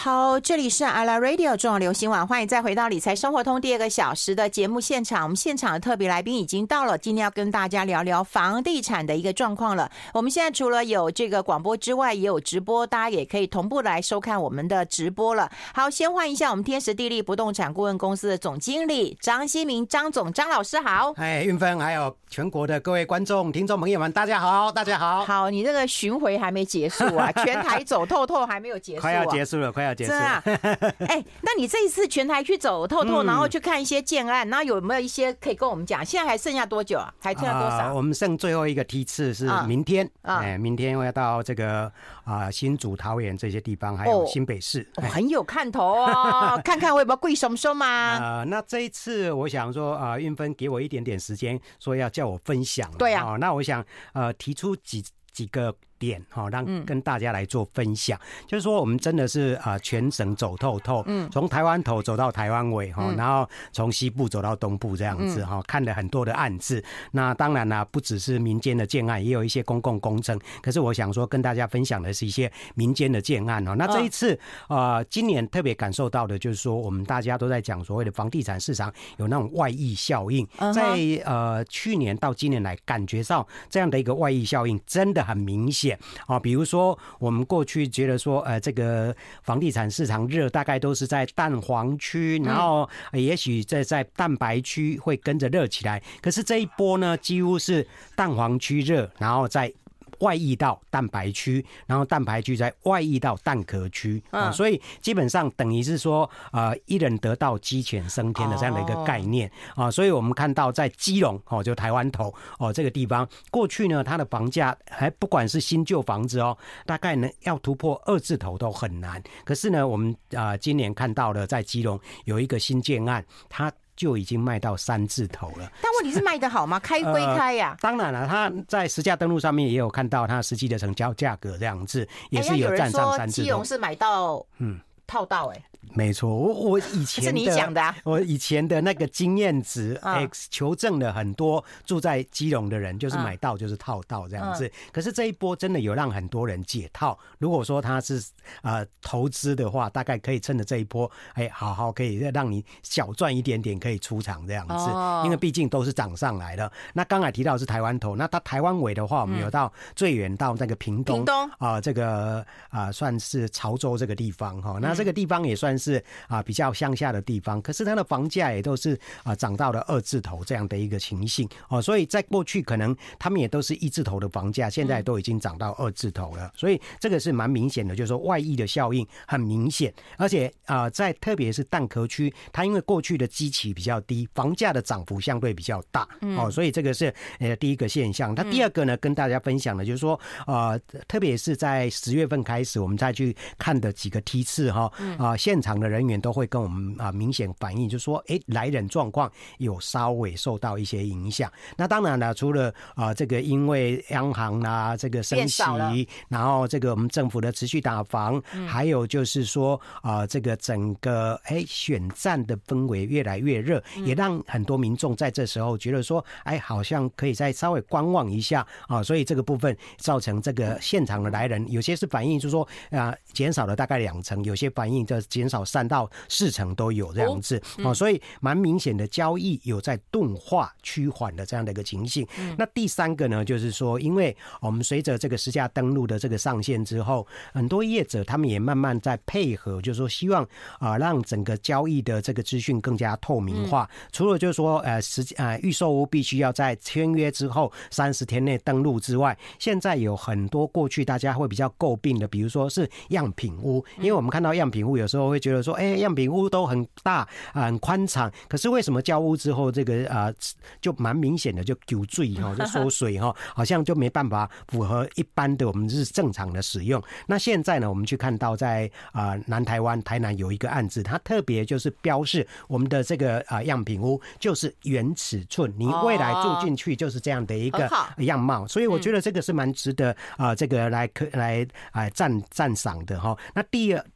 好，这里是 ALA Radio 中央流行网，欢迎再回到理财生活通第2个小时的节目现场。我们现场的特别来宾已经到了，今天要跟大家聊聊房地产的一个状况了。我们现在除了有这个广播之外，也有直播，大家也可以同步来收看我们的直播了。好，先换一下我们天时地利不动产顾问公司的总经理张新明张总，张老师好。 运芬还有全国的各位观众听众朋友们大家好，大家好。 好，你这个巡回还没结束啊，全台走透透还没有结束啊， 快要结束了，快要结束了。 那你这一次全台去走透透，然后去看一些建案，然后有没有一些可以跟我们讲？现在还剩下多久啊？还剩下多少？ 我们剩最后一个梯次是明天，明天要到这个新竹、桃园这些地方，还有新北市， 很有看头哦。看看会不会贵松松嘛？ 那这一次我想说，运芬给我一点点时间，说要叫我分享。 对啊， 那我想提出几个点让跟大家来做分享，就是说我们真的是全省走透透，从台湾头走到台湾尾，然后从西部走到东部这样子，看了很多的案子。那当然啦，不只是民间的建案，也有一些公共工程。可是我想说跟大家分享的是一些民间的建案。那这一次今年特别感受到的就是说，我们大家都在讲所谓的房地产市场有那种外溢效应，在去年到今年来感觉到这样的一个外溢效应真的很明显。比如说我们过去觉得说这个房地产市场热大概都是在蛋黄区，然后也许在蛋白区会跟着热起来，可是这一波呢几乎是蛋黄区热，然后在外溢到蛋白区，然后蛋白区再外溢到蛋壳区，所以基本上等于是说一人得道鸡犬升天的这样的一个概念所以我们看到在基隆就台湾头这个地方，过去呢它的房价还不管是新旧房子大概呢要突破2字头都很难，可是呢我们今年看到了在基隆有一个新建案，它就已经卖到3字头了。 但问题是卖得好吗？开归开呀。 当然了，它在实价登录上面也有看到它实际的成交价格这样子，也是有站上3字头。 有人说基隆是买到套到没错，我以前的是你讲的我以前的那个经验值求证了很多住在基隆的人，就是买到就是套到这样子。可是这一波真的有让很多人解套。如果说他是投资的话，大概可以趁着这一波好好可以让你小赚一点点，可以出场这样子。因为毕竟都是涨上来了。那刚才提到的是台湾头，那它台湾尾的话，我们有到最远到那个屏东这个算是潮州这个地方那这个地方也算是比较乡下的地方，可是它的房价也都是涨到了2字头这样的一个情形所以在过去可能他们也都是1字头的房价，现在都已经涨到2字头了，所以这个是蛮明显的，就是说外溢的效应很明显，而且在特别是蛋壳区，它因为过去的基期比较低，房价的涨幅相对比较大所以这个是第一个现象。那第二个呢，跟大家分享的就是说特别是在10月份开始，我们再去看的几个梯次现场的人员都会跟我们明显反映，就是说来人状况有稍微受到一些影响。那当然了，除了这个因为央行这个升息，然后这个我们政府的持续打房，还有就是说这个整个选战的氛围越来越热，也让很多民众在这时候觉得说好像可以再稍微观望一下所以这个部分造成这个现场的来人有些是反映就是说减少了大概2成，有些反映就减少3到4成都有这样子所以蛮明显的交易有在钝化趋缓的这样的一个情形。那第三个呢，就是说因为我们随着这个实价登录的这个上线之后，很多业者他们也慢慢在配合，就是说希望让整个交易的这个资讯更加透明化。除了就是说预售屋必须要在签约之后30天内登录之外，现在有很多过去大家会比较诟病的，比如说是样品屋，因为我们看到样品屋有时候会觉得说样品屋都很大很宽敞，可是为什么交屋之后这个就蛮明显的就丢水就缩水好像就没办法符合一般的我们是正常的使用。那现在呢，我们去看到在南台湾台南有一个案子，它特别就是标示我们的这个样品屋就是原尺寸，你未来住进去就是这样的一个样貌，所以我觉得这个是蛮值得这个来赞赏的那第4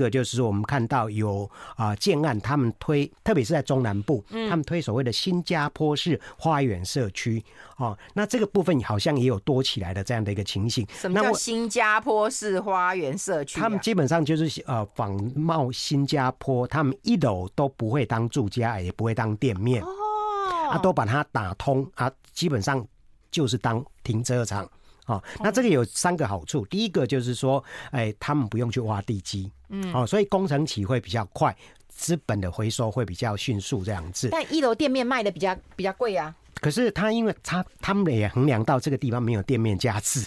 个就是说我们看到有建案他们推，特别是在中南部，他们推所谓的新加坡式花园社区那这个部分好像也有多起来的这样的一个情形。 什么叫新加坡式花园社区他们基本上就是仿冒新加坡，他们一楼都不会当住家，也不会当店面都把它打通基本上就是当停车场那这个有3个好处。第一个就是说他们不用去挖地基所以工程期会比较快，资本的回收会比较迅速这样子。 但一楼店面卖的比较贵啊。 可是因为他们也衡量到这个地方没有店面价值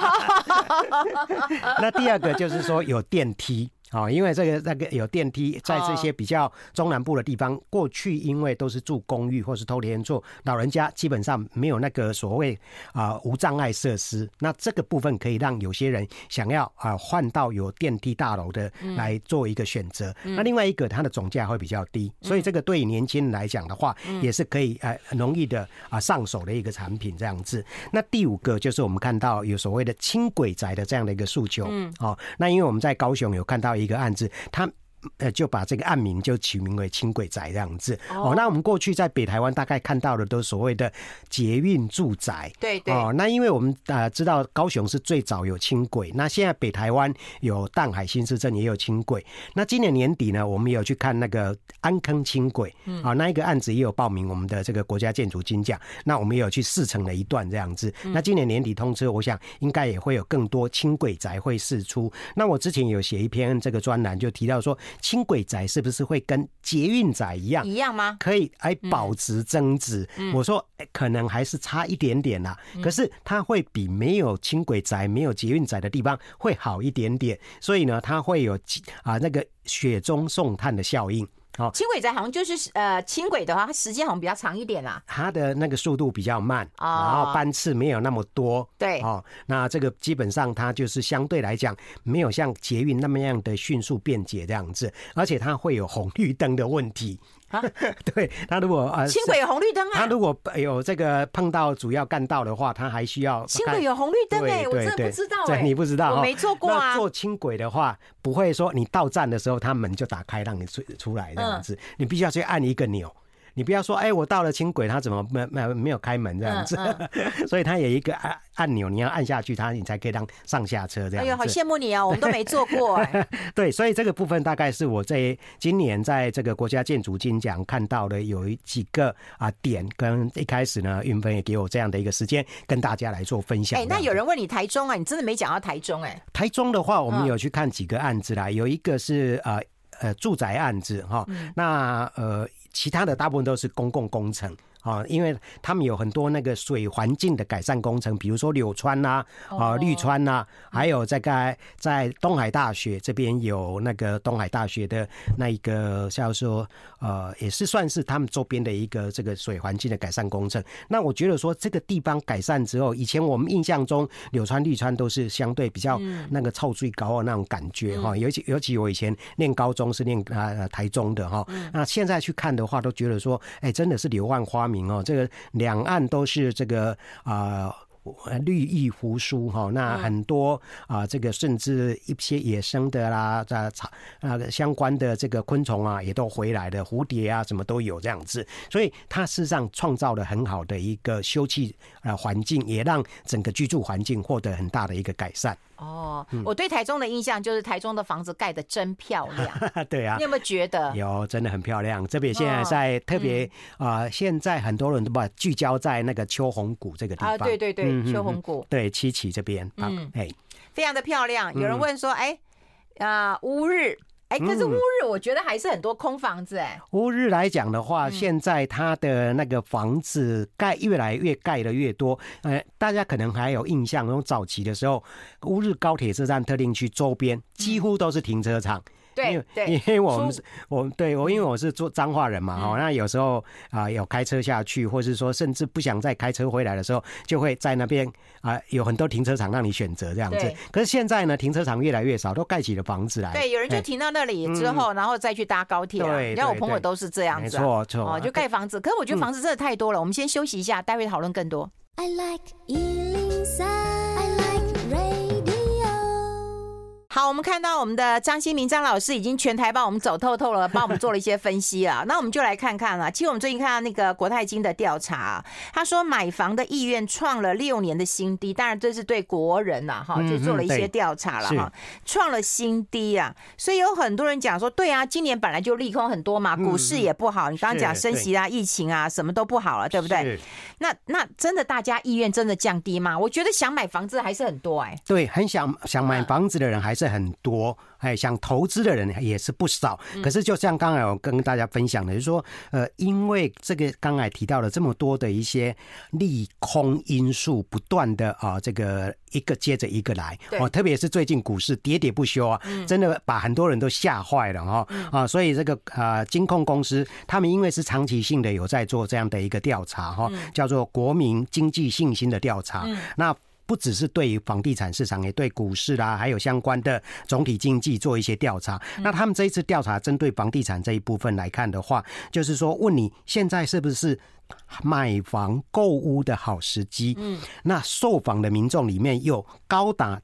那第二个就是说有电梯因为这个有电梯，在这些比较中南部的地方，过去因为都是住公寓或是透天厝，老人家基本上没有那个所谓无障碍设施。那这个部分可以让有些人想要换到有电梯大楼的来做一个选择。那另外一个，它的总价会比较低，所以这个对年轻人来讲的话，也是可以很容易的上手的一个产品这样子。那第5个就是我们看到有所谓的轻轨宅的这样的一个诉求那因为我们在高雄有看到一个案子，他就把这个案名就取名为轻轨宅这样子那我们过去在北台湾大概看到的都是所谓的捷运住宅， 对对那因为我们知道高雄是最早有轻轨，那现在北台湾有淡海新市镇也有轻轨。那今年年底呢，我们也有去看那个安坑轻轨那一个案子也有报名我们的这个国家建筑金奖，那我们也有去试乘了一段这样子那今年年底通车，我想应该也会有更多轻轨宅会释出。那我之前有写一篇这个专栏，就提到说轻轨宅是不是会跟捷运宅一样吗？可以保值增值我说可能还是差一点点啦可是它会比没有轻轨宅没有捷运宅的地方会好一点点，所以呢它会有那个雪中送炭的效应。 轻轨宅好像就是轻轨的话，它时间好像比较长一点啦， 它的那个速度比较慢然后班次没有那么多对那这个基本上它就是相对来讲没有像捷运那么样的迅速便捷这样子，而且它会有红绿灯的问题对，他如果轻轨有红绿灯他如果有这个碰到主要干道的话，他还需要轻轨有红绿灯我真的不知道你不知道我没坐过那坐轻轨的话，不会说你到站的时候，他门就打开让你出来这样子你必须要去按一个钮。你不要说我到了轻轨他怎么没有开门这样子所以他有一个按钮，你要按下去你才可以让上下车这样子。 好羡慕你我们都没做过对，所以这个部分大概是我今年在这个国家建筑金奖看到的有几个点，跟一开始呢运芬也给我这样的一个时间跟大家来做分享那有人问你台中你真的没讲到台中台中的话我们有去看几个案子啦有一个是住宅案子那其他的大部分都是公共工程因为他们有很多那个水环境的改善工程，比如说柳川绿川还有在东海大学这边有那个东海大学的那一个叫做也是算是他们周边的一个这个水环境的改善工程。那我觉得说这个地方改善之后，以前我们印象中柳川绿川都是相对比较那个臭水高的那种感觉尤其我以前念高中是念台中的那现在去看的话都觉得说真的是柳暗花明这个两岸都是这个绿意扶疏那很多这个甚至一些野生的啦相关的这个昆虫也都回来了，蝴蝶什么都有这样子，所以它事实上创造了很好的一个休憩环境，也让整个居住环境获得很大的一个改善。 我对台中的印象就是台中的房子盖得真漂亮对你有没有觉得有真的很漂亮？这边现在在特别现在很多人都把聚焦在那个秋红谷这个地方对对对秋红谷对七期这边非常的漂亮有人问说乌日可是乌日我觉得还是很多空房子乌日来讲的话现在它的那个房子越来越盖的越多大家可能还有印象从早期的时候乌日高铁车站特定区周边几乎都是停车场对， 因为因为我是做彰化人嘛那有时候有开车下去，或是说甚至不想再开车回来的时候，就会在那边有很多停车场让你选择这样子。可是现在呢，停车场越来越少，都盖起了房子来。 对，有人就停到那里之后，然后再去搭高铁你看我朋友都是这样子没错就盖房子。可是我觉得房子真的太多了，我们先休息一下，待会讨论更多。I like 103 好，我们看到我们的张新民张老师已经全台帮我们走透透了，帮我们做了一些分析了。那我们就来看看了。其实我们最近看到那个国泰金的调查，他说买房的意愿创了6年的新低，当然这是对国人呐，哈，就做了一些调查了哈，创了新低啊。所以有很多人讲说，对啊，今年本来就利空很多嘛，股市也不好，你刚刚讲升息啊、疫情啊，什么都不好了，对不对？那真的大家意愿真的降低吗？我觉得想买房子还是很多对，很想买房子的人还是很多，想投资的人也是不少。可是就像刚才我跟大家分享的，就是说，因为这个刚才提到了这么多的一些利空因素不断的这个一个接着一个来，特别是最近股市喋喋不休啊，真的把很多人都吓坏了所以这个金控公司他们因为是长期性的有在做这样的一个调查叫做国民经济信心的调查，那不只是对房地产市场，也对股市啦，还有相关的总体经济做一些调查。那他们这一次调查针对房地产这一部分来看的话，就是说问你现在是不是买房购屋的好时机？那受访的民众里面有高达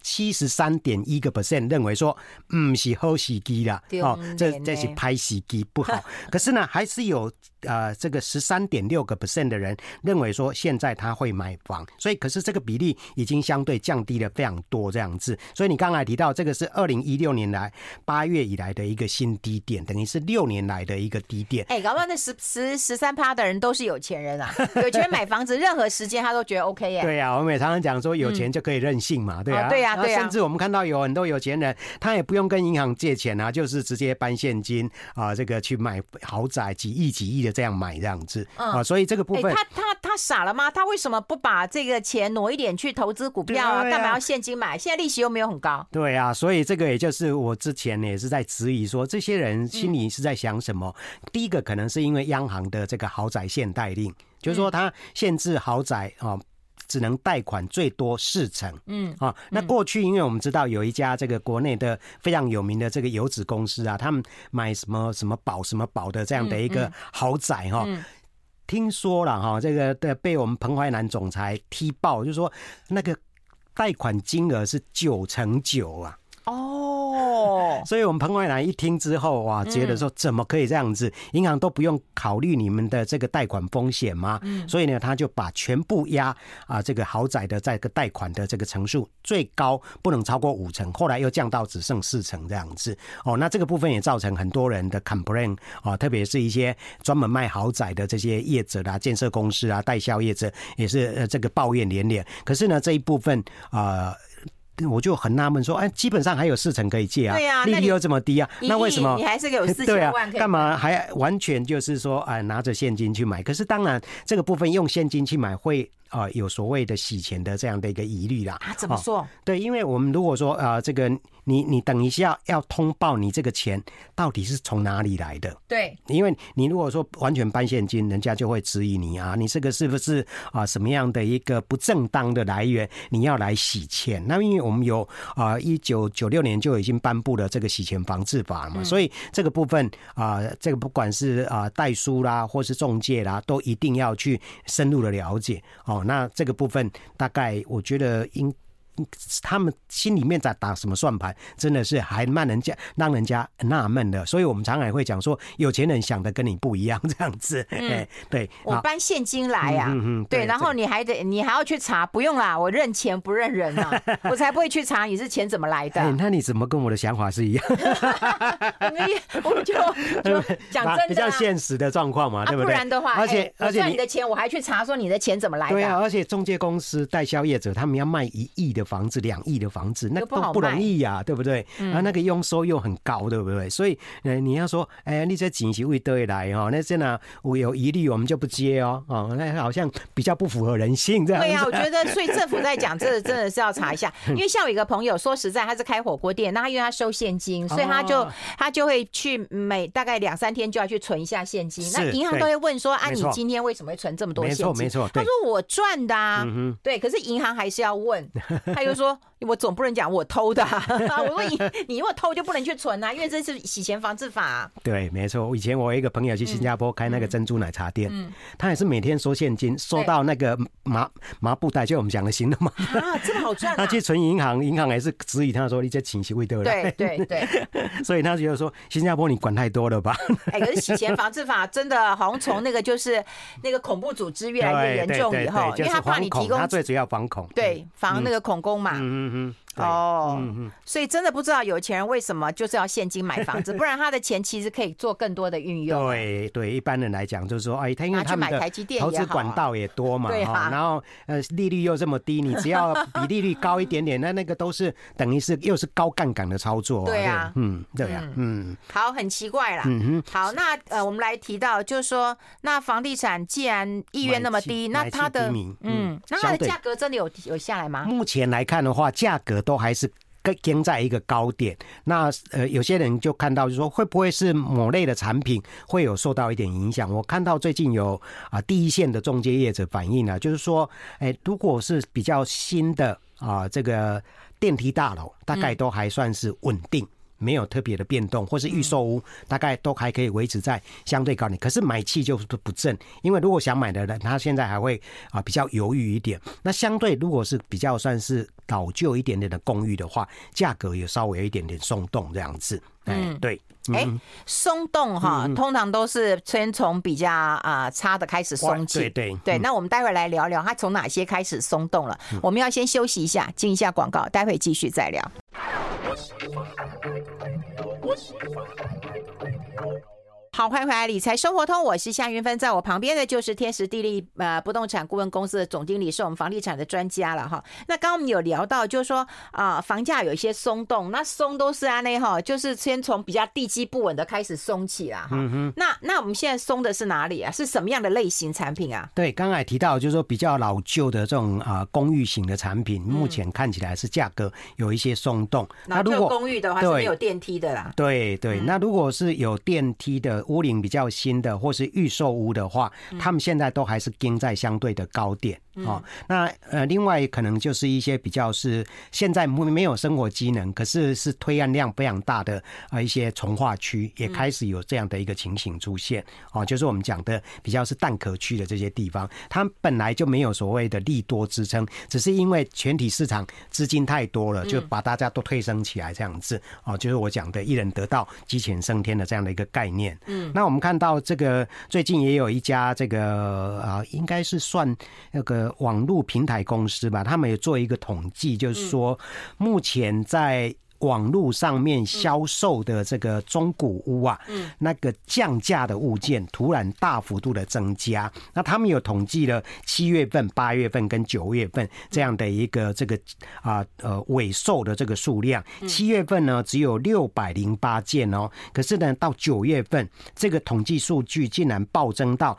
73.1% 认为说，不是好时机啦，这是歹时机不好。可是呢，还是有这个 13.6% 的人认为说现在他会买房，所以可是这个比例已经相对降低了非常多这样子。所以你刚才提到这个是2016年来8月以来的一个新低点，等于是6年来的一个低点。 搞不好那13% 的人都是有钱人啊，有钱人买房子任何时间他都觉得 OK 耶。 对啊，我们也常常讲说有钱就可以任性嘛，对啊， 对啊， 甚至我们看到有很多有钱人，他也不用跟银行借钱啊，就是直接搬现金这个去买豪宅，几亿的这样买这样子所以这个部分， 他傻了吗？他为什么不把这个钱挪一点去投资股票啊？干嘛要现金买？现在利息又没有很高。对啊，所以这个也就是我之前也是在质疑说，这些人心里是在想什么？第一个可能是因为央行的这个豪宅限贷令，就是说它限制豪宅只能贷款最多40%。那过去因为我们知道有一家这个国内的非常有名的这个油脂公司啊，他们买什么宝的这样的一个豪宅听说了这个被我们彭淮南总裁踢爆，就是说那个贷款金额是9%啊。所以我们彭淮南一听之后哇，觉得说怎么可以这样子？银行都不用考虑你们的这个贷款风险吗？所以呢，他就把全部压这个豪宅的这个贷款的这个成数最高不能超过50%，后来又降到只剩40%这样子。那这个部分也造成很多人的 complain 特别是一些专门卖豪宅的这些业者啦、建设公司啊、代销业者也是这个抱怨连连。可是呢，这一部分我就很纳闷说，基本上还有4%可以借啊，利率又这么低啊，那为什么你还是有4000万可以干嘛还完全就是说拿着现金去买？可是当然这个部分用现金去买会有所谓的洗钱的这样的一个疑虑啦。 怎么说？ 对，因为我们如果说这个你等一下要通报你这个钱到底是从哪里来的？ 对， 因为你如果说完全搬现金，人家就会质疑你你这个是不是什么样的一个不正当的来源？你要来洗钱？那因为我们有1996年就已经颁布了这个洗钱防治法了嘛，所以这个部分这个不管是代书啦，或是仲介啦，都一定要去深入的了解那这个部分大概我觉得他们心里面在打什么算盘，真的是还让人家纳闷的。所以我们常常会讲说，有钱人想的跟你不一样这样子。对， 我搬现金来呀，对，然后你还要去查，不用啦，我认钱不认人啊，我才不会去查你是钱怎么来的。 那你怎么跟我的想法是一样？ 我们就讲真的比较现实的状况嘛，对不对？ 不然的话， 而且你的钱我还去查说你的钱怎么来的。 对啊，而且中介公司、代销业者他们要卖1亿的房子、2亿的房子，那都不容易啊，对不对？那个佣收又很高，对不对？所以你要说，你这钱是为哪里来那真的有疑虑，我们就不接那好像比较不符合人性这样子。 对啊，我觉得所以政府在讲这真的是要查一下，因为像有一个朋友说实在他是开火锅店，那因为他收现金，所以他就会去每大概2-3天就要去存一下现金。那银行都会问说你今天为什么会存这么多现金？ 没错， 他说我赚的啊，对，可是银行还是要问，他就说我总不能讲我偷的啊。我说你如果偷就不能去存啊，因为这是洗钱防治法啊。 对，没错。以前我有一个朋友去新加坡开那个珍珠奶茶店，他也是每天收现金，收到那个麻布袋，就我们讲的新的嘛。 啊，这么好赚啊！ 他去存银行，银行也是指引他说你这请息会对不对？ 对对。 所以他觉得说新加坡你管太多了吧？ 可是洗钱防治法真的好像从那个就是那个恐怖组织越来越严重以后，因为他怕你提供， 他最主要防恐， 对，防那个恐攻嘛。所以真的不知道有钱人为什么就是要现金买房子，不然他的钱其实可以做更多的运用。 对，一般人来讲就是说，他因为他们的投资管道也多嘛，然后利率又这么低，你只要比利率高一点点，那个都是等于是又是高杠杆的操作。 对啊， 对啊， 好，很奇怪啦。好，那我们来提到就是说，那房地产既然意愿那么低，那它的那它的价格真的有下来吗？ 目前来看的话，价格都还是跟在一个高点。那有些人就看到就是说，会不会是某类的产品会有受到一点影响？我看到最近有第一线的中介业者反映了，就是说，如果是比较新的这个电梯大楼，大概都还算是稳定。没有特别的变动，或是预售屋大概都还可以维持在相对高点，可是买气就不振，因为如果想买的人他现在还会比较犹豫一点。那相对如果是比较算是老旧一点点的公寓的话，价格也稍微有一点点松动这样子。对， 松动通常都是先从比较差的开始松起。对，那我们待会来聊聊它从哪些开始松动了。我们要先休息一下，进一下广告，待会继续再聊。好，欢迎回来理财生活通，我是夏云芬，在我旁边的就是天时地利不动产顾问公司的总经理，是我们房地产的专家了哈。那刚刚我们有聊到，就是说房价有一些松动，那松都是就是先从比较地基不稳的开始松起啦哈。那我们现在松的是哪里啊？是什么样的类型产品啊？ 对，刚才提到就是说比较老旧的这种公寓型的产品，目前看起来是价格有一些松动。 那如果公寓的话是没有电梯的啦。 对，那如果是有电梯的屋龄比较新的或是预售屋的话，他们现在都还是盯在相对的高点。那另外可能就是一些比较是现在没有生活机能，可是推案量非常大的一些重划区也开始有这样的一个情形出现。就是我们讲的比较是蛋壳区的这些地方，它本来就没有所谓的利多支撑，只是因为全体市场资金太多了，就把大家都推升起来这样子。就是我讲的一人得道鸡犬升天的这样的一个概念。那我们看到这个最近也有一家这个应该是算那个网络平台公司吧，他们也做一个统计，就是说目前在网络上面销售的这个中古屋那个降价的物件突然大幅度的增加。那他们有统计了7月份、8月份跟9月份这样的一个这个尾售的这个数量。7月份呢只有608件可是呢到9月份这个统计数据竟然暴增到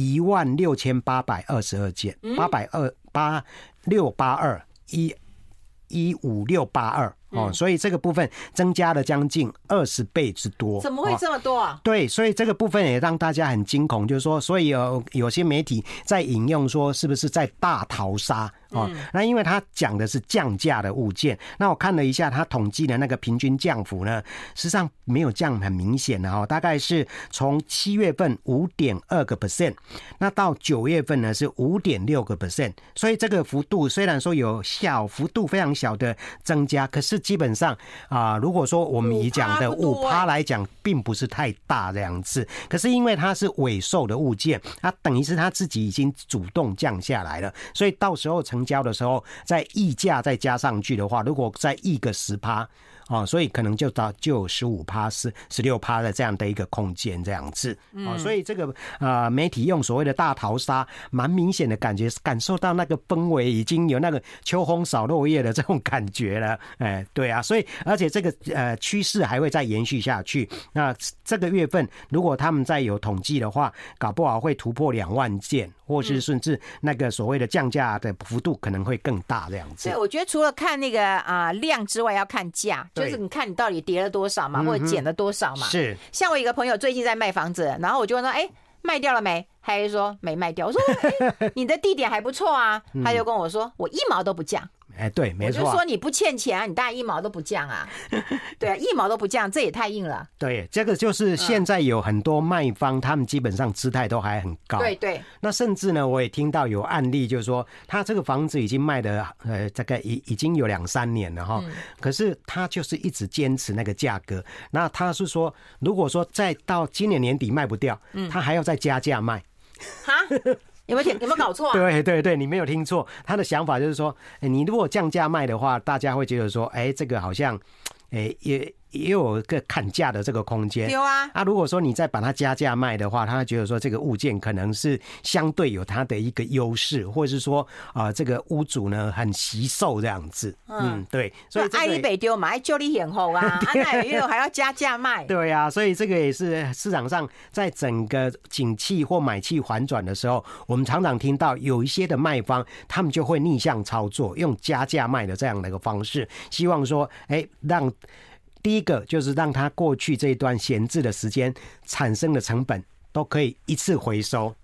16822件，862,15682。所以这个部分增加了将近20倍之多。 怎么会这么多啊？ 对，所以这个部分也让大家很惊恐，就是说，所以有些媒体在引用说，是不是在大逃杀？那因为他讲的是降价的物件，那我看了一下他统计的那个平均降幅呢，实际上没有降很明显的大概是从7月份 5.2%， 那到9月份呢是 5.6%， 所以这个幅度虽然说有小幅度非常小的增加，可是基本上如果说我们以讲的 5% 来讲，并不是太大这样子。可是因为它是尾售的物件，它等于是它自己已经主动降下来了，所以到时候成交的时候再溢价再加上去的话，如果再溢个 10%，所以可能就有 15%、16% 的这样的一个空间这样子。所以这个媒体用所谓的大逃杀，蛮明显的感受到那个氛围已经有那个秋风扫落叶的这种感觉了。对啊，所以而且这个趋势还会再延续下去。那这个月份如果他们再有统计的话，搞不好会突破2万件，或是甚至那个所谓的降价的幅度可能会更大这样子。 对，我觉得除了看那个量之外，要看价。就是你看你到底跌了多少嘛，或者减了多少嘛。 是， 像我一个朋友最近在卖房子，然后我就问说，卖掉了没？他就说没卖掉。我说，你的地点还不错啊。他就跟我说，我1毛都不降。 对，没错。 我就说你不欠钱啊，你当然1毛都不降啊。对啊，1毛都不降，这也太硬了。 对，这个就是现在有很多卖方，他们基本上姿态都还很高。 对对。 那甚至呢，我也听到有案例，就是说他这个房子已经卖的大概已经有2-3年了哈，可是他就是一直坚持那个价格。那他是说，如果说再到今年年底卖不掉，他还要再加价卖。 哈？有没有搞错啊？ 对对对，你没有听错。他的想法就是说，你如果降价卖的话，大家会觉得说，这个好像，也有个砍价的这个空间。 有啊。 如果说你再把它加价卖的话，他觉得说这个物件可能是相对有它的一个优势，或者是说这个屋主呢很惜售这样子。对。所以爱你北丢嘛，爱就你眼红啊，那又还要加价卖。 对啊，所以这个也是市场上在整个景气或买气反转的时候，我们常常听到有一些的卖方，他们就会逆向操作，用加价卖的这样的一个方式，希望说，让第一个就是让他过去这一段闲置的时间产生的成本都可以一次回收。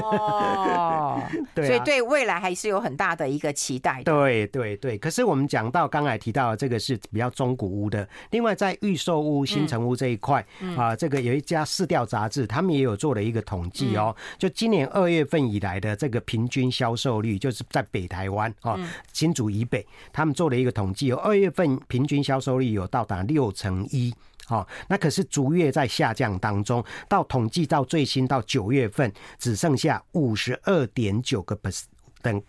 对啊，所以对未来还是有很大的一个期待的。 对对对，可是我们讲到刚才提到的这个是比较中古屋的，另外在预售屋、新成屋这一块这个有一家市调杂志，他们也有做了一个统计就今年2月份以来的这个平均销售率，就是在北台湾新竹以北，他们做了一个统计，2月份平均销售率有到达61%。那可是逐月在下降当中，到统计到最新到9月份，只剩下52.9%。等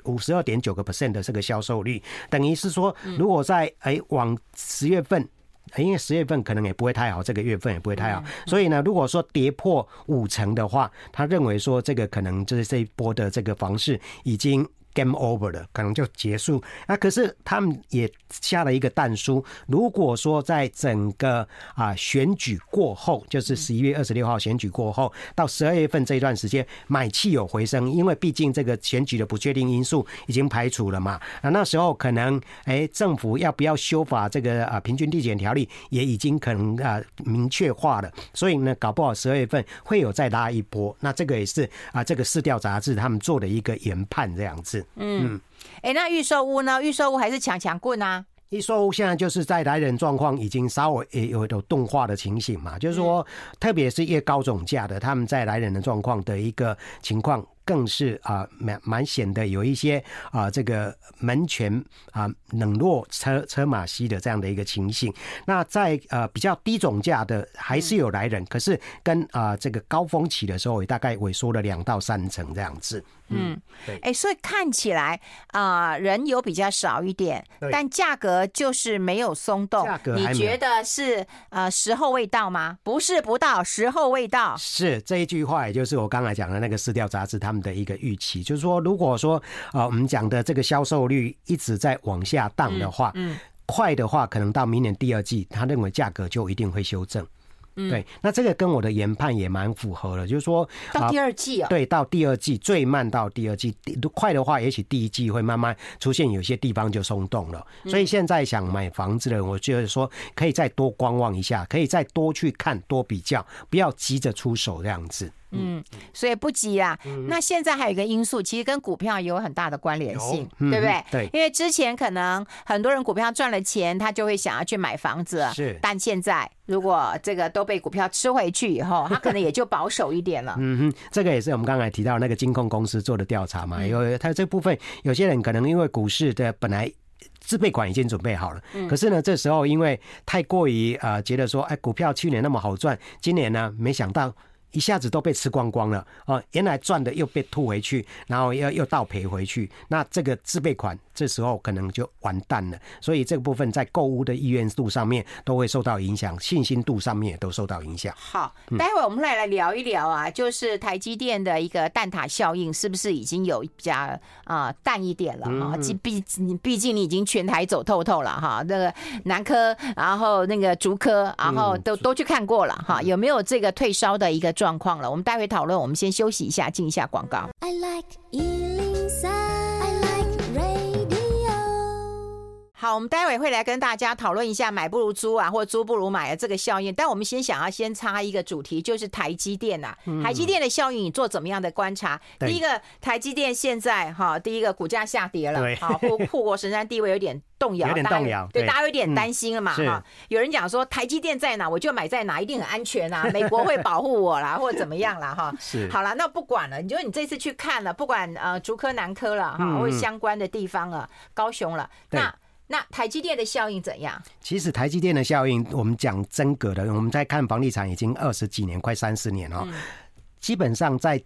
52.9% 的这个销售率，等于是说，如果在往10月份，因为10月份可能也不会太好，这个月份也不会太好，所以呢，如果说跌破50%的话，他认为说这个可能就是这一波的这个房市已经game over 了，可能就结束。可是他们也下了一个但书，如果说在整个选举过后，就是11月26号选举过后到12月份这一段时间，买气有回升，因为毕竟这个选举的不确定因素已经排除了嘛。那时候可能政府要不要修法这个平均地权条例也已经可能明确化了，所以呢，搞不好12月份会有再拉一波。那这个也是这个市调杂志他们做的一个研判这样子。 那预售屋呢？预售屋还是强棍啊？ 预售屋现在就是在来人状况已经稍微有钝化的情形嘛，就是说，特别是越高总价的，他们在来人的状况的一个情况，更是蛮显得有一些这个门权冷落车马稀的这样的一个情形。那在比较低总价的还是有来人，可是跟这个高峰期的时候也大概萎缩了2到3成这样子。 对，所以看起来人有比较少一点，但价格就是没有松动。你觉得是时候未到吗？不是不到，时候未到。 是这一句话，也就是我刚才讲的那个市调杂志他们的一个预期，就是说，如果说我们讲的这个销售率一直在往下荡的话，快的话可能到明年第2季，他认为价格就一定会修正。对，那这个跟我的研判也蛮符合的，就是说到第2季对，到第2季最慢到第2季，快的话也许第1季会慢慢出现有些地方就松动了。所以现在想买房子的人，我觉得说可以再多观望一下，可以再多去看多比较，不要急着出手这样子。 所以不急啊。那现在还有一个因素，其实跟股票有很大的关联性，对不对？ 对， 因为之前可能很多人股票赚了钱，他就会想要去买房子， 是。 但现在如果这个都被股票吃回去以后，他可能也就保守一点了。 这个也是我们刚才提到那个金控公司做的调查嘛，他这部分有些人可能因为股市的本来自备款已经准备好了，可是呢，这时候因为太过于觉得说，股票去年那么好赚，今年呢没想到一下子都被吃光光了原来赚的又被吐回去，然后又倒赔回去，那这个自备款这时候可能就完蛋了。所以这个部分在购屋的意愿度上面都会受到影响，信心度上面也都受到影响。 好，待会我们来聊一聊就是台积电的一个蛋挞效应是不是已经有比较淡一点了毕竟你已经全台走透透了那个南科，然后那个竹科，然后都去看过了有没有这个退烧的一个状况了？我们待会讨论，我们先休息一下，进一下广告。I like 103, I like radio。 好，我们待会会来跟大家讨论一下买不如租啊，或租不如买的这个效应。但我们先插一个主题，就是台积电啊。台积电的效应，你做怎么样的观察？第一个，台积电现在第一个股价下跌了，好，护国神山地位有点动摇，对，大家有点担心了嘛，有人讲说台积电在哪，我就买在哪，一定很安全啊，美国会保护我啦，或者怎么样啦，哈。好了，那不管了，你就你这次去看了，不管竹科、南科了哈，或者相关的地方了，高雄了，那台积电的效应怎样？ 其实台积电的效应，我们讲真格的，我们在看房地产已经20几年，快30年哦。基本上在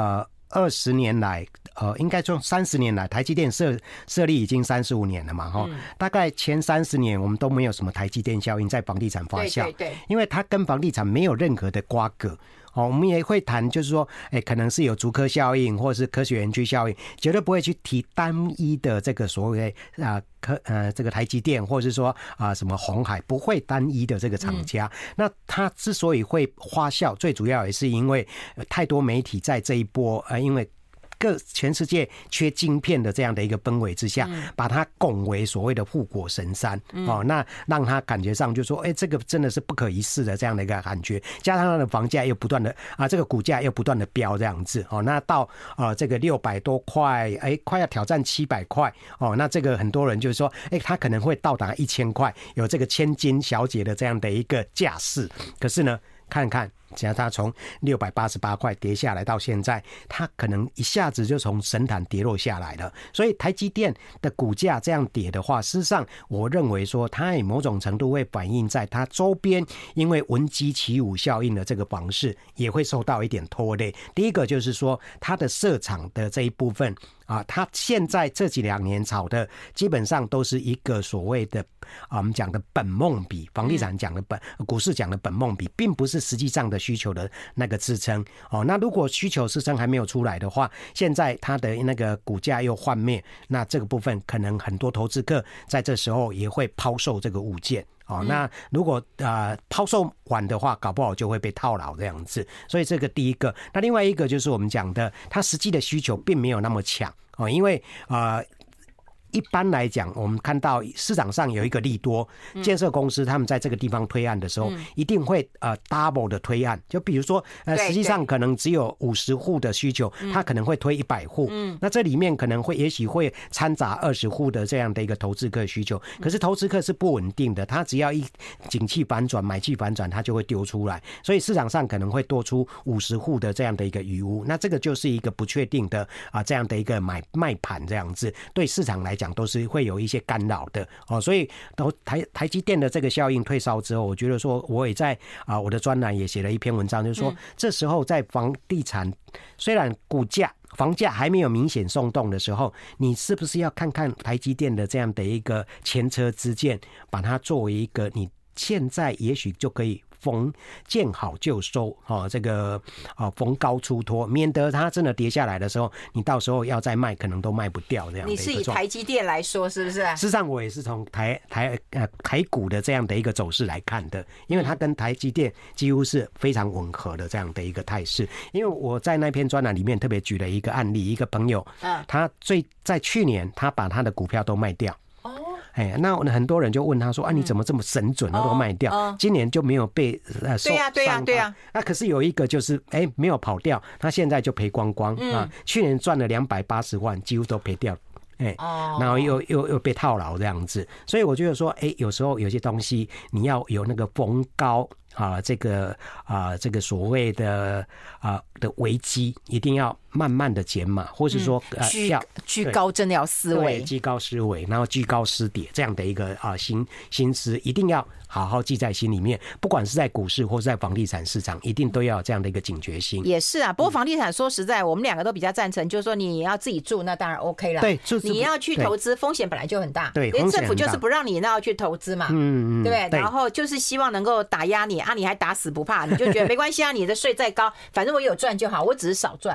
20年来，应该说30年来，台积电设立已经35年了嘛，大概前30年我们都没有什么台积电效应在房地产发酵，对，因为它跟房地产没有任何的瓜葛。我们也会谈，就是说，可能是有竹科效应，或者是科学园区效应，绝对不会去提单一的这个所谓这个台积电，或者是说什么鸿海，不会单一的这个厂家。那它之所以会发酵，最主要也是因为太多媒体在这一波因为全世界缺晶片的这样的一个氛围之下，把它拱为所谓的护国神山，那让他感觉上就说，这个真的是不可一世的这样的一个感觉，加上它的房价又不断的这个股价又不断的飙这样子，那到这个600多块，快要挑战700块，那这个很多人就是说，它可能会到达1000块，有这个千金小姐的这样的一个架势，可是呢，看看。只要它从688块跌下来到现在，它可能一下子就从神坛跌落下来了。所以台积电的股价这样跌的话，事实上我认为说它以某种程度会反映在它周边，因为闻鸡起舞效应的这个房市也会受到一点拖累。第一个就是说它的设厂的这一部分它现在这2年炒的基本上都是一个所谓的我们讲的本梦比，房地产讲的股市讲的本梦比，并不是实际上的需求的那个支撑那如果需求支撑还没有出来的话，现在它的那个股价又幻灭，那这个部分可能很多投资客在这时候也会抛售这个物件那如果抛售完的话，搞不好就会被套牢这样子。所以这个第一个，那另外一个就是我们讲的，它实际的需求并没有那么强因为一般来讲，我们看到市场上有一个利多，建设公司他们在这个地方推案的时候，一定会double 的推案。就比如说实际上可能只有50户的需求，他可能会推100户。那这里面可能也许会掺杂20户的这样的一个投资客需求。可是投资客是不稳定的，他只要一景气反转、买气反转，他就会丢出来。所以市场上可能会多出50户的这样的一个余屋。那这个就是一个不确定的这样的一个卖盘这样子，对市场来讲都是会有一些干扰的所以台积电的这个效应退烧之后，我觉得说我也在我的专栏也写了一篇文章，就是说这时候在房地产虽然房价还没有明显松动的时候，你是不是要看看台积电的这样的一个前车之鉴，把它作为一个你现在也许就可以见好就收这个逢高出脱，免得它真的跌下来的时候，你到时候要再卖可能都卖不掉这样的一个状况。 你是以台积电来说是不是？ 事实上我也是从台股的这样的一个走势来看的，因为它跟台积电几乎是非常吻合的这样的一个态势。因为我在那篇专栏里面特别举了一个案例，一个朋友他在去年他把他的股票都卖掉那很多人就问他说你怎么这么神准都卖掉今年就没有被对呀那可是有一个就是没有跑掉，他现在就赔光光去年赚了280万几乎都赔掉然后又被套牢这样子。所以我觉得说有时候有些东西你要有那个逢高这个所谓的危机一定要慢慢的减码，或是说居高真的要思维， 居高思维，然后居高思跌这样的一个心思一定要好好记在心里面，不管是在股市或是在房地产市场，一定都要有这样的一个警觉心。 也是不过房地产说实在我们两个都比较赞成，就是说你要自己住那当然 OK 了， 对， 你要去投资风险本来就很大， 对， 政府就是不让你要去投资嘛，对不对？然后就是希望能够打压你你还打死不怕，你就觉得没关系你的税再高反正我有赚就好，我只是少赚。 对，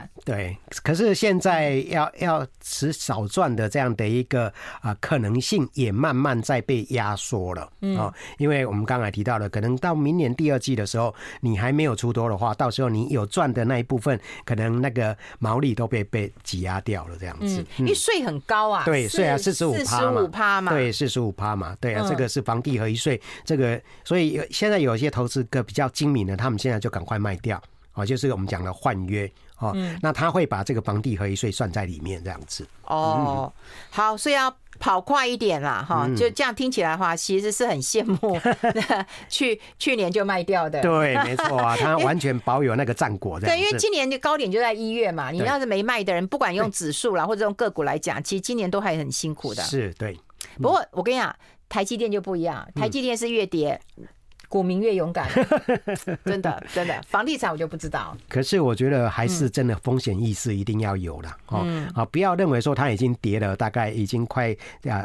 对，可是现在要持少赚的这样的一个可能性也慢慢在被压缩了因为我们刚才提到了，可能到明年第二季的时候，你还没有出多的话，到时候你有赚的那一部分，可能那个毛利都被挤压掉了，这样子。 因为税很高啊， 对，税啊45%嘛，对，45%嘛，对啊，这个是房地合一税，这个所以现在有一些投资客比较精明的，他们现在就赶快卖掉就是我们讲的换约那他会把这个房地合一税算在里面，这样子。 好，所以要跑快一点啦就这样听起来的话，其实是很羡慕去年就卖掉的。 对，没错啊，他完全保有那个战果这样子。 对，因为今年的高点就在1月嘛，你要是没卖的人，不管用指数啦或者用个股来讲，其实今年都还很辛苦的。 是，对。 不过我跟你讲，台积电就不一样，台积电是越跌股民越勇敢，真的，房地产我就不知道。 可是我觉得还是真的风险意识一定要有啦不要认为说它已经跌了，大概已经快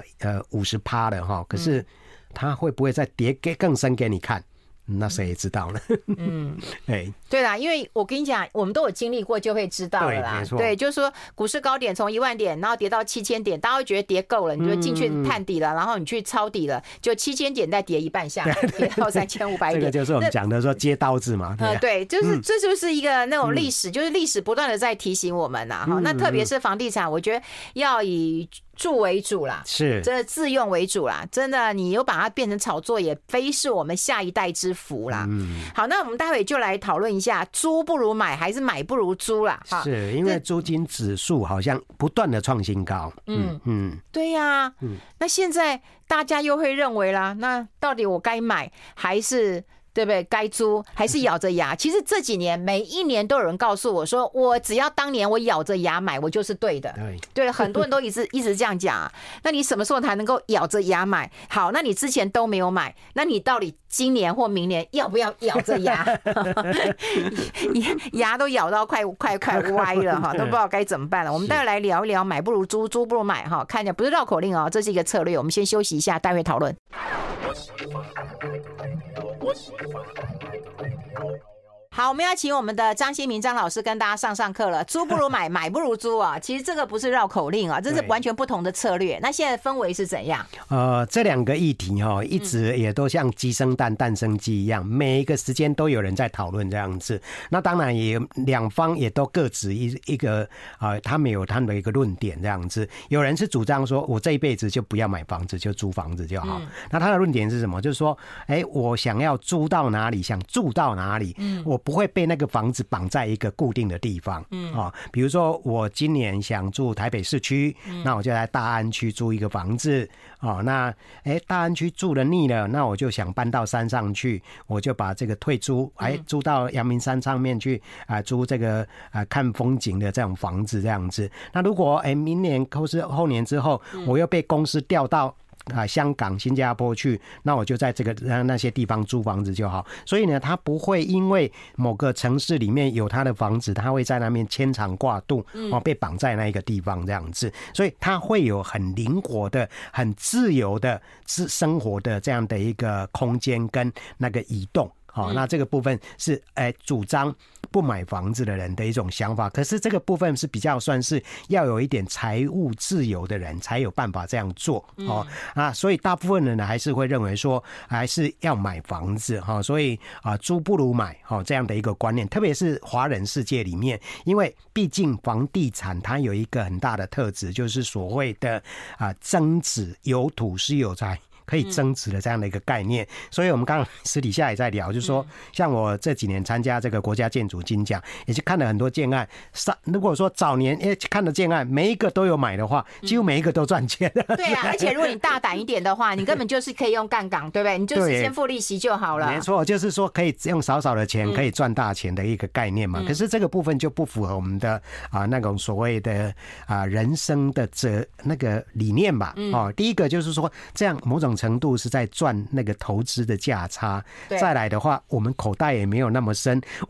50%了可是它会不会再跌更深给你看？那谁也知道了。 对啦，因为我跟你讲，我们都有经历过，就会知道了啦。对，就是说股市高点从1万点，然后跌到7000点，大家会觉得跌够了，你就进去探底了，然后你去抄底了，就7000点再跌一半下来，跌到3500点。 这个就是我们讲的说接刀子嘛。 对，就是这就是一个那种历史，就是历史不断的在提醒我们呐。那特别是房地产，我觉得要以住为主啦， 是这自用为主啦，真的，你又把它变成炒作，也非是我们下一代之福啦。好，那我们待会就来讨论一下，租不如买还是买不如租啦。 是因为租金指数好像不断的创新高。 对呀。那现在大家又会认为啦，那到底我该买还是？对不对？该租还是咬着牙？其实这几年每一年都有人告诉我说，我只要当年我咬着牙买，我就是对的。对，很多人都一直这样讲那你什么时候才能够咬着牙买？好，那你之前都没有买，那你到底今年或明年要不要咬着牙？牙都咬到快歪了都不知道该怎么办了。我们待会来聊一聊买不如租，租不如买看一下不是绕口令这是一个策略。我们先休息一下，待会讨论。好，我们要请我们的张新民张老师跟大家上课了。租不如买，买不如租其实这个不是绕口令这是完全不同的策略。那现在氛围是怎样？ 这两个议题一直也都像鸡生蛋，蛋生鸡一样，每一个时间都有人在讨论这样子。那当然也两方也都各执一个他们有他们的一个论点这样子。有人是主张说，我这一辈子就不要买房子，就租房子就好。那他的论点是什么？就是说，我想要租到哪里，想住到哪里，我不会被那个房子绑在一个固定的地方。比如说我今年想住台北市区，那我就在大安区租一个房子。那大安区住了腻了，那我就想搬到山上去，我就把这个退租，租到阳明山上面去租这个看风景的这种房子这样子。那如果明年或是后年之后，我又被公司调到香港、新加坡去，那我就在这个那些地方租房子就好。所以呢，他不会因为某个城市里面有他的房子，他会在那边牵肠挂肚被绑在那一个地方这样子。所以他会有很灵活的、很自由的生活的这样的一个空间跟那个移动。那这个部分是主张不买房子的人的一种想法，可是这个部分是比较算是要有一点财务自由的人才有办法这样做。所以大部分人呢还是会认为说还是要买房子。所以租不如买这样的一个观念，特别是华人世界里面，因为毕竟房地产它有一个很大的特质，就是所谓的增值，有土是有财。可以增值的这样的一个概念。所以我们刚刚私底下也在聊，就是说像我这几年参加这个国家建筑金奖，也是看了很多建案，如果说早年看的建案每一个都有买的话，几乎每一个都赚钱。 对啊，而且如果你大胆一点的话，你根本就是可以用杠杆，对不对？你就是先付利息就好了。 没错，就是说可以用少少的钱可以赚大钱的一个概念嘛。可是这个部分就不符合我们的那种所谓的人生的那个理念吧。第一个就是说这样某种程度是在赚那个投资的价差，再来的话我们口袋也没有那么深，万一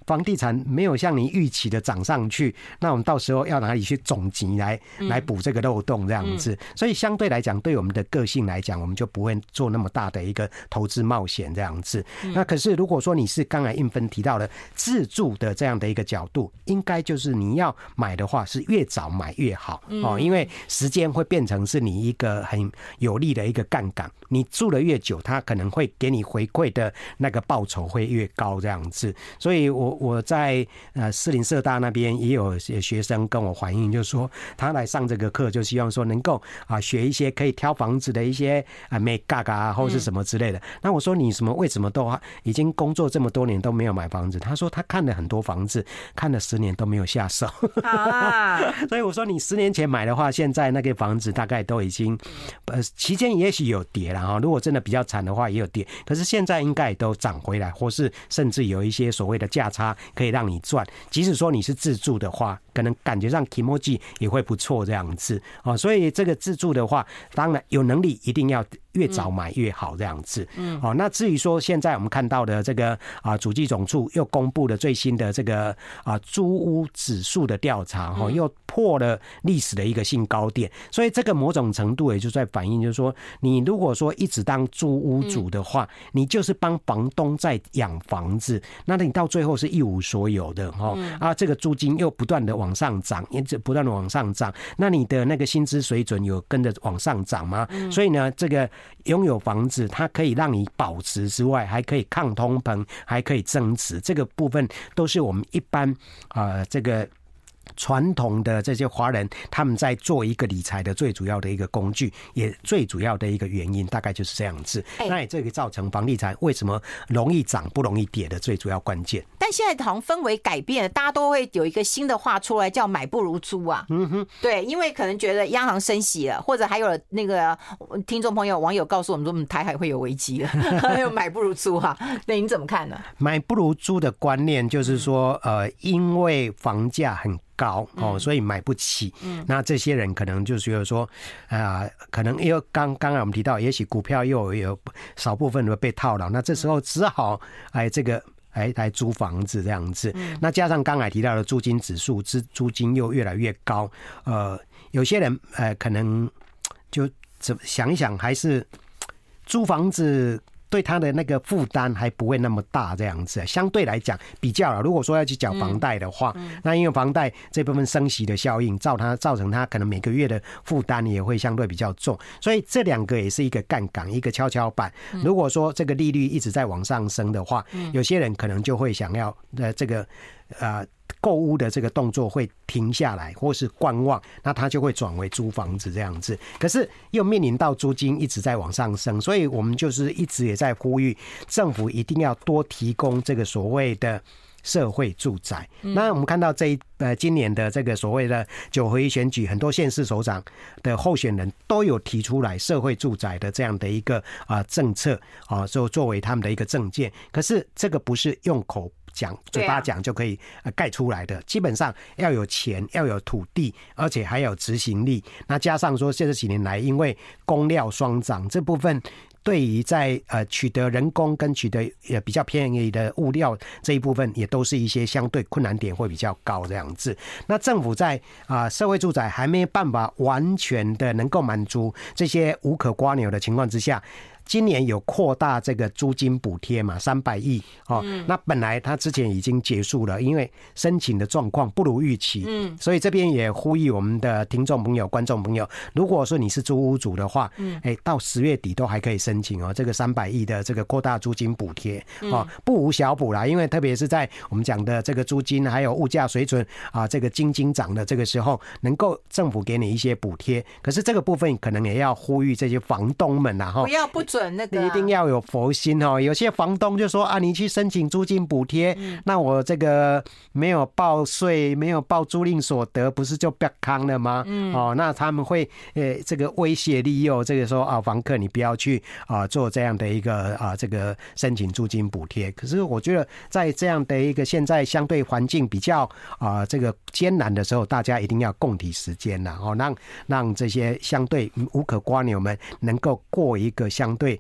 房地产没有像你预期的涨上去，那我们到时候要哪里去总集来补这个漏洞这样子。所以相对来讲，对我们的个性来讲，我们就不会做那么大的一个投资冒险这样子。那可是如果说你是刚才印芬提到的自住的这样的一个角度，应该就是你要买的话是越早买越好哦，因为时间会变成是你一个很有利的一个杠杆，你住了越久，它可能会给你回馈的那个报酬会越高这样子。所以我在士林社大那边也有学生跟我反映，就是说他来上这个课，就希望说能够学一些可以挑房子的一些美感啊，或是什么之类的。那我说你为什么都已经工作这么多年都没有买房子？他说他看了很多房子，看了10年都没有下手。所以我说你10年前买的话，现在那个房子大概都已经期间也许有跌了哈，如果真的比较惨的话也有跌，可是现在应该也都涨回来，或是甚至有一些所谓的价差可以让你赚。即使说你是自住的话，可能感觉上 Kimoji 也会不错这样子哦。所以这个自住的话，当然有能力一定要越早买越好这样子。那至于说现在我们看到的这个主计总处又公布了最新的这个租屋指数的调查，又破了历史的一个新高点，所以这个某种程度也就在反映，就是说你如果说一直当租屋主的话，你就是帮房东在养房子，那你到最后是一无所有的这个租金又不断的往上涨，一直不断的往上涨，那你的那个薪资水准有跟着往上涨吗？所以呢，这个拥有房子它可以让你保值之外，还可以抗通膨，还可以增值，这个部分都是我们一般这个传统的这些华人他们在做一个理财的最主要的一个工具，也最主要的一个原因大概就是这样子。那也这个造成房地产为什么容易涨不容易跌的最主要关键。 但现在好像氛围改变了，大家都会有一个新的话出来叫买不如租啊。对，因为可能觉得央行升息了，或者还有那个听众朋友网友告诉我们说台海会有危机了，买不如租啊。那你怎么看呢？ 买不如租的观念就是说因为房价很高所以买不起。那这些人可能就觉得说可能又刚才我们提到，也许股票又有少部分的被套牢，那这时候只好这个来租房子这样子。那加上刚才提到的租金指数，租金又越来越高，有些人可能就想一想，还是租房子对他的那个负担还不会那么大这样子。相对来讲比较了，如果说要去缴房贷的话，那因为房贷这部分升息的效应造成他可能每个月的负担也会相对比较重，所以这两个也是一个杠杆，一个跷跷板。如果说这个利率一直在往上升的话，有些人可能就会想要这个购屋的这个动作会停下来，或是观望，那他就会转为租房子这样子。可是又面临到租金一直在往上升，所以我们就是一直也在呼吁政府一定要多提供这个所谓的社会住宅。那我们看到今年的这个所谓的9合1选举，很多县市首长的候选人都有提出来社会住宅的这样的一个政策就作为他们的一个政见。可是这个不是用口讲嘴巴讲就可以盖出来的，基本上要有钱，要有土地，而且还有执行力。那加上说这几年来因为工料双涨，这部分对于在取得人工跟取得比较便宜的物料这一部分，也都是一些相对困难点会比较高这样子。那政府在社会住宅还没办法完全的能够满足这些无可刮牛的情况之下，今年有扩大这个租金补贴嘛，300亿那本来他之前已经结束了，因为申请的状况不如预期，所以这边也呼吁我们的听众朋友、观众朋友，如果说你是租屋主的话，到10月底都还可以申请这个300亿的这个扩大租金补贴不无小补啦。因为特别是在我们讲的这个租金还有物价水准这个斤涨的这个时候，能够政府给你一些补贴，可是这个部分可能也要呼吁这些房东们不要不准那个你一定要有佛心有些房东就说你去申请租金补贴，那我这个没有报税，没有报租赁所得，不是就不康了吗？那他们会这个威胁利诱这个说房客你不要去做这样的一个这个申请租金补贴。可是我觉得在这样的一个现在相对环境比较这个艰难的时候，大家一定要共体时艰让这些相对无可刮牛们能够过一个相对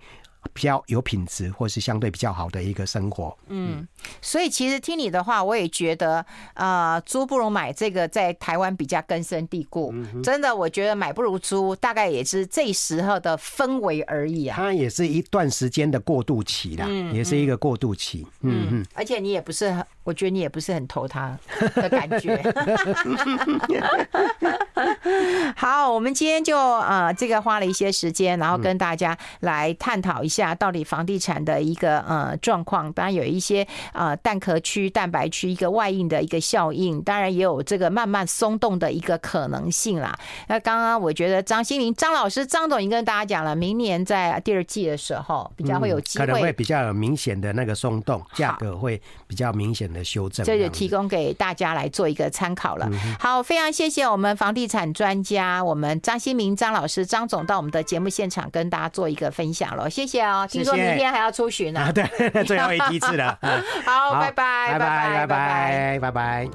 比较有品质或是相对比较好的一个生活。 所以其实听你的话，我也觉得租不如买这个在台湾比较根深蒂固。真的，我觉得买不如租，大概也是这时候的氛围而已啊。 它也是一段时间的过渡期啦，也是一个过渡期。 而且你也不是，我觉得你也不是很投他的感觉。好，我们今天就这个花了一些时间，然后跟大家来探讨一下到底房地产的一个状况。当然有一些蛋壳区、蛋白区一个外溢的一个效应，当然也有这个慢慢松动的一个可能性啦。那刚刚我觉得张心凌张老师张总已经跟大家讲了，明年在第2季的时候比较会有机会， 可能会比较有明显的那个松动，价格会比较明显的修正， 这就提供给大家来做一个参考了。好，非常谢谢我们房地产专家我们张心凌张老师张总到我们的节目现场跟大家做一个分享了，谢谢哦。听说明天还要出巡呢， 对，最后一梯次了。 好，拜拜， 拜拜，拜拜，拜拜。